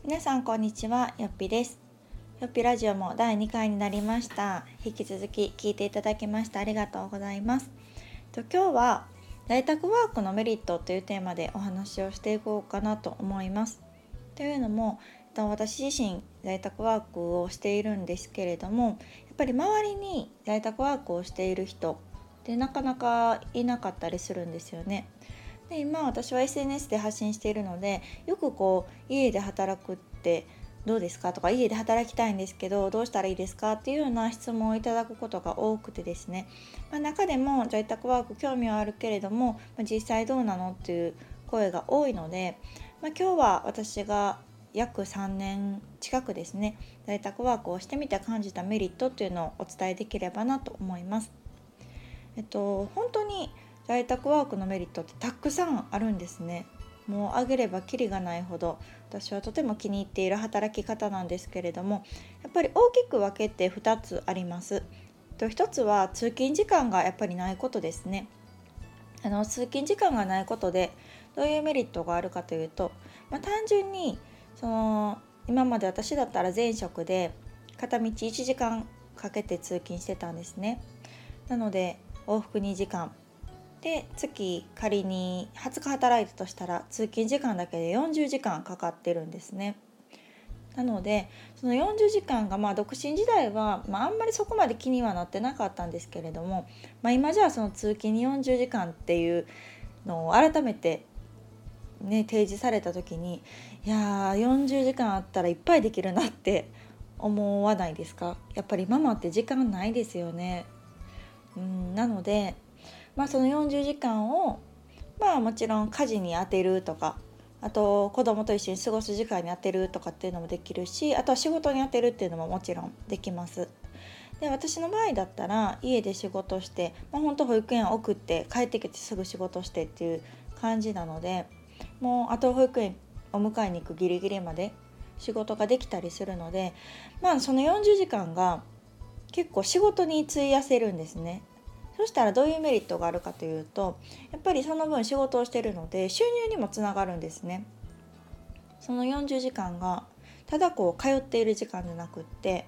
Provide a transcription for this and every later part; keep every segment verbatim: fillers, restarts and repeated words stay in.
皆さんこんにちは、よっぴです。よっぴラジオもだいにかいになりました。引き続き聞いていただきましてありがとうございます。と今日は在宅ワークのメリットというテーマでお話をしていこうかなと思います。というのも、私自身在宅ワークをしているんですけれども、やっぱり周りに在宅ワークをしている人ってなかなかいなかったりするんですよね。で今私は エスエヌエス で発信しているので、よくこう家で働くってどうですかとか、家で働きたいんですけどどうしたらいいですかっていうような質問をいただくことが多くてですね、まあ、中でも在宅ワーク興味はあるけれども、まあ、実際どうなのっていう声が多いので、まあ、今日は私が約さんねん近くですね在宅ワークをしてみて感じたメリットっていうのをお伝えできればなと思います。えっと本当に在宅ワークのメリットってたくさんあるんですね。もう挙げればキリがないほど私はとても気に入っている働き方なんですけれども、やっぱり大きく分けてふたつあります。とひとつは通勤時間がやっぱりないことですね。あの通勤時間がないことでどういうメリットがあるかというと、まあ、単純にその今まで私だったら前職で片道いちじかんかけて通勤してたんですね。なので往復にじかんで、月仮にはつか働いたとしたら通勤時間だけでよんじゅうじかんかかってるんですね。なのでそのよんじゅうじかんがまあ独身時代は、まあ、あんまりそこまで気にはなってなかったんですけれども、まあ、今じゃあその通勤によんじゅうじかんっていうのを改めてね提示された時に、いやーよんじゅうじかんあったらいっぱいできるなって思わないですか？やっぱりママって時間ないですよね。うんなのでまあ、そのよんじゅうじかんを、まあ、もちろん家事に充てるとか、あと子供と一緒に過ごす時間に充てるとかっていうのもできるし、あとは仕事に充てるっていうのももちろんできます。で私の場合だったら家で仕事して、まあ、本当保育園送って帰ってきてすぐ仕事してっていう感じなので、もうあと保育園お迎えに行くギリギリまで仕事ができたりするので、まあそのよんじゅうじかんが結構仕事に費やせるんですね。そしたらどういうメリットがあるかというと、やっぱりその分仕事をしているので収入にもつながるんですね。そのよんじゅうじかんがただこう通っている時間じゃなくって、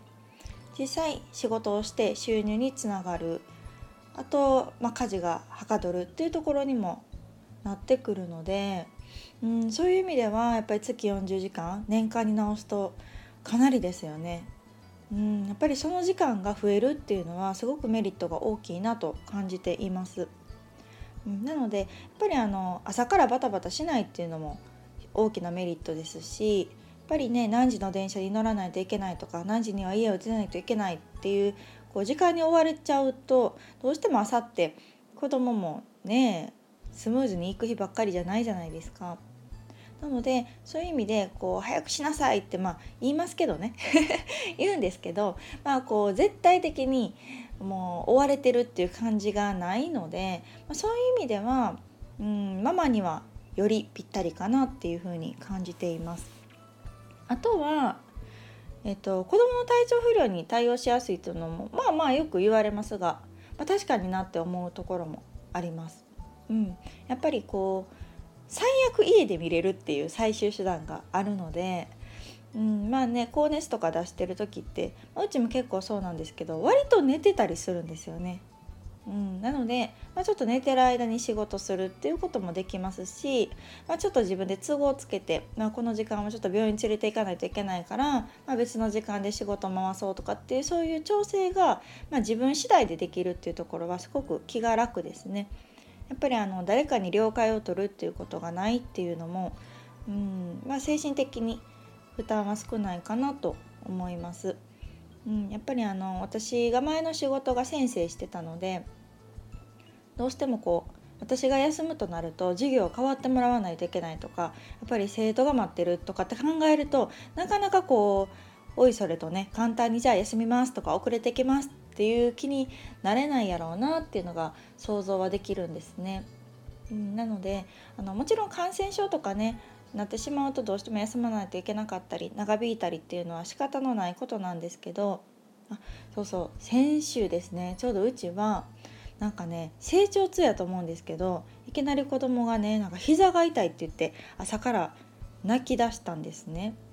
実際仕事をして収入につながる、あと、まあ、家事がはかどるっていうところにもなってくるので、うん、そういう意味ではやっぱり月よんじゅうじかん年間に直すとかなりですよね。うん、やっぱりその時間が増えるっていうのはすごくメリットが大きいなと感じています。うん、なのでやっぱりあの朝からバタバタしないっていうのも大きなメリットですし、やっぱりね何時の電車に乗らないといけないとか、何時には家を出ないといけないっていう、こう時間に追われちゃうと、どうしても朝って子供もねスムーズに行く日ばっかりじゃないじゃないですか。なのでそういう意味でこう早くしなさいってまあ言いますけどね言うんですけど、まあこう絶対的にもう追われてるっていう感じがないので、まあ、そういう意味では、うん、ママにはよりぴったりかなっていうふうに感じています。あとは、えっと、子どもの体調不良に対応しやすいというのもまあまあよく言われますが、まあ、確かになって思うところもあります。うん、やっぱりこう最悪家で見れるっていう最終手段があるので、うん、まあね高熱とか出してる時って、うちも結構そうなんですけど割と寝てたりするんですよね。うん、なので、まあ、ちょっと寝てる間に仕事するっていうこともできますし、まあ、ちょっと自分で都合をつけて、まあ、この時間はちょっと病院連れて行かないといけないから、まあ、別の時間で仕事を回そうとかっていうそういう調整が、まあ、自分次第でできるっていうところはすごく気が楽ですね。やっぱりあの誰かに了解を取るっていうことがないっていうのも、うんまあ、精神的に負担は少ないかなと思います。うん、やっぱりあの私が前の仕事が先生してたので、どうしてもこう私が休むとなると授業を代わってもらわないといけないとか、やっぱり生徒が待ってるとかって考えると、なかなかこうおいそれとね簡単にじゃあ休みますとか遅れてきますっていう気になれないやろうなっていうのが想像はできるんですね。うん、なのであのもちろん感染症とかねなってしまうとどうしても休まないといけなかったり長引いたりっていうのは仕方のないことなんですけど、あそうそう先週ですね、ちょうどうちはなんかね成長痛やと思うんですけど、いきなり子供がねなんか膝が痛いって言って朝から泣き出したんですね。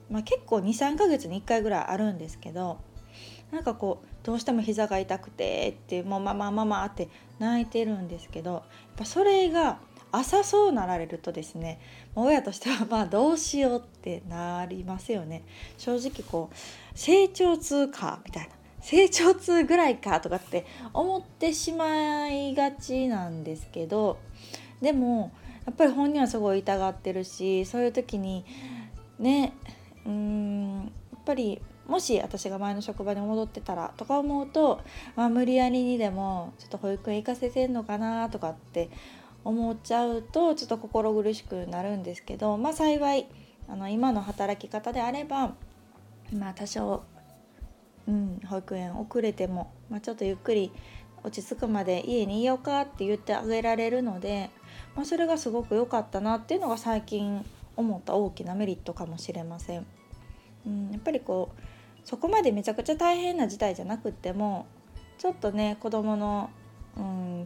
まあ、結構 にさんかげつにいっかいぐらいあるんですけど、なんかこうどうしても膝が痛くてってもうママママって泣いてるんですけど、やっぱそれが朝そうなられるとですね、親としてはまあどうしようってなりますよね。正直こう成長痛かみたいな、成長痛ぐらいかとかって思ってしまいがちなんですけど、でもやっぱり本人はすごい痛がってるし、そういう時にね、うーんやっぱりもし私が前の職場に戻ってたらとか思うと、まあ、無理やりにでもちょっと保育園行かせてんのかなとかって思っちゃうとちょっと心苦しくなるんですけど、まあ幸いあの今の働き方であれば、まあ多少、うん、保育園遅れても、まあ、ちょっとゆっくり落ち着くまで家にいようかって言ってあげられるので、まあ、それがすごく良かったなっていうのが最近思った大きなメリットかもしれません。うん、やっぱりこうそこまでめちゃくちゃ大変な事態じゃなくっても、ちょっとね子供の、うん、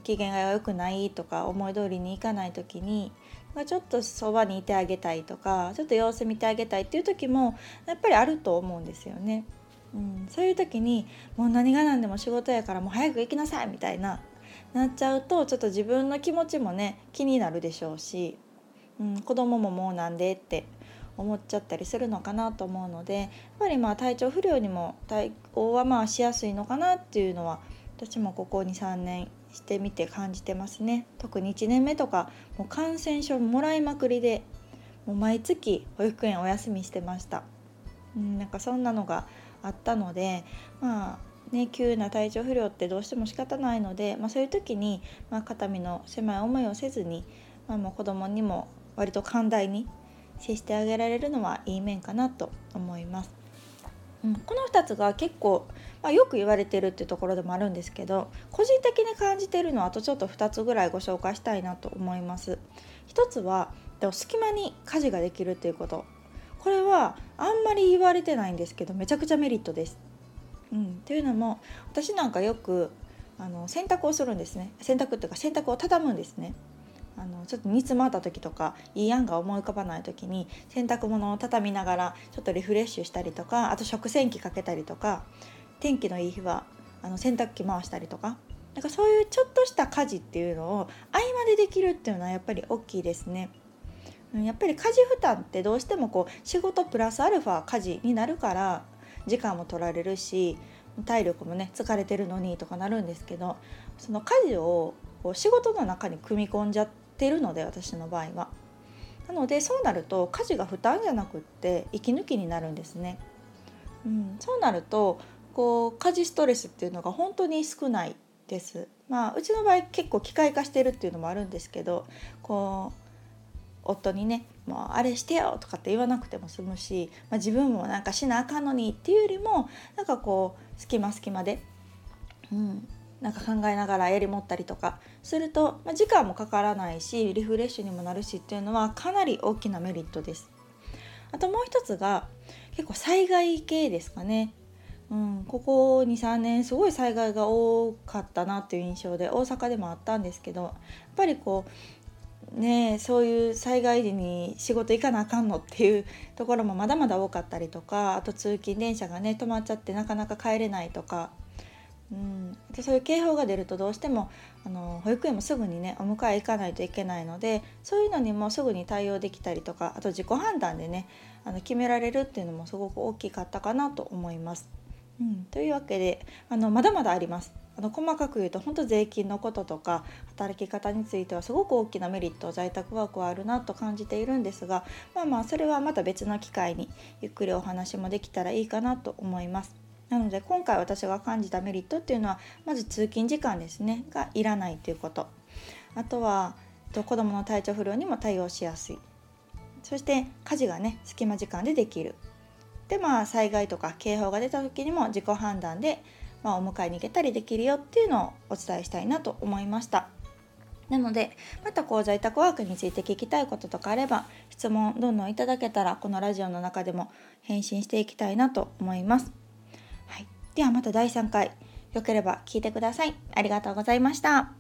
機嫌が良くないとか思い通りにいかない時に、ちょっとそばにいてあげたいとか、ちょっと様子見てあげたいっていう時もやっぱりあると思うんですよね。うん、そういう時にもう何が何でも仕事やからもう早く行きなさいみたいななっちゃうと、ちょっと自分の気持ちもね気になるでしょうし、うん、子供ももうなんでって思っちゃったりするのかなと思うので、やっぱりまあ体調不良にも対応はまあしやすいのかなっていうのは私もここ にさんねんしてみて感じてますね。特にいちねんめとかもう感染症もらいまくりで、もう毎月保育園お休みしてました。うん、なんかそんなのがあったので、まあね、急な体調不良ってどうしても仕方ないので、まあ、そういう時に、まあ、肩身の狭い思いをせずに、まあ、もう子供にも割と寛大に接してあげられるのはいい面かなと思います。うん、このふたつが結構、まあ、よく言われてるっていうところでもあるんですけど、個人的に感じてるのはあとちょっとふたつぐらいご紹介したいなと思います。ひとつは隙間に家事ができるっていうこと。これはあんまり言われてないんですけどめちゃくちゃメリットです。うん、というのも私なんかよくあの洗濯をするんですね。洗濯っていうか洗濯を畳むんですね。あのちょっと煮詰まった時とかいい案が思い浮かばない時に洗濯物を畳みながらちょっとリフレッシュしたりとか、あと食洗機かけたりとか、天気のいい日はあの洗濯機回したりとか、なんかそういうちょっとした家事っていうのを合間でできるっていうのはやっぱり大きいですね。やっぱり家事負担ってどうしてもこう仕事プラスアルファ家事になるから時間も取られるし体力もね疲れてるのにとかなるんですけど、その家事をこう仕事の中に組み込んじゃってるので私の場合は、なのでそうなると家事が負担じゃなくって息抜きになるんですね。うん、そうなるとこう家事ストレスっていうのが本当に少ないです。まあうちの場合結構機械化してるっていうのもあるんですけど、こう夫にねもうあれしてよとかって言わなくても済むし、まあ、自分もなんかしなあかんのにっていうよりもなんかこう隙間隙間で、うん、なんか考えながらやりもったりとかすると、まあ、時間もかからないしリフレッシュにもなるしっていうのはかなり大きなメリットです。あともう一つが結構災害系ですかね。うん、ここ にさんねんすごい災害が多かったなっていう印象で大阪でもあったんですけど、やっぱりこうねえ、そういう災害時に仕事行かなあかんのっていうところもまだまだ多かったりとか、あと通勤電車がね止まっちゃってなかなか帰れないとか、うん、あとそういう警報が出るとどうしてもあの保育園もすぐにねお迎え行かないといけないので、そういうのにもすぐに対応できたりとか、あと自己判断でねあの決められるっていうのもすごく大きかったかなと思います。うん、というわけであのまだまだあります。あの細かく言うと本当税金のこととか働き方についてはすごく大きなメリット、在宅ワークはあるなと感じているんですが、まあまあそれはまた別の機会にゆっくりお話もできたらいいかなと思います。なので今回私が感じたメリットっていうのはまず通勤時間ですねがいらないということ、あとは子どもの体調不良にも対応しやすい、そして家事がね隙間時間でできる、でまあ災害とか警報が出た時にも自己判断で、まあ、お迎えに行けたりできるよっていうのをお伝えしたいなと思いました。なのでまたこう在宅ワークについて聞きたいこととかあれば質問どんどんいただけたらこのラジオの中でも返信していきたいなと思います。はい、ではまただいさんかいよければ聞いてください。ありがとうございました。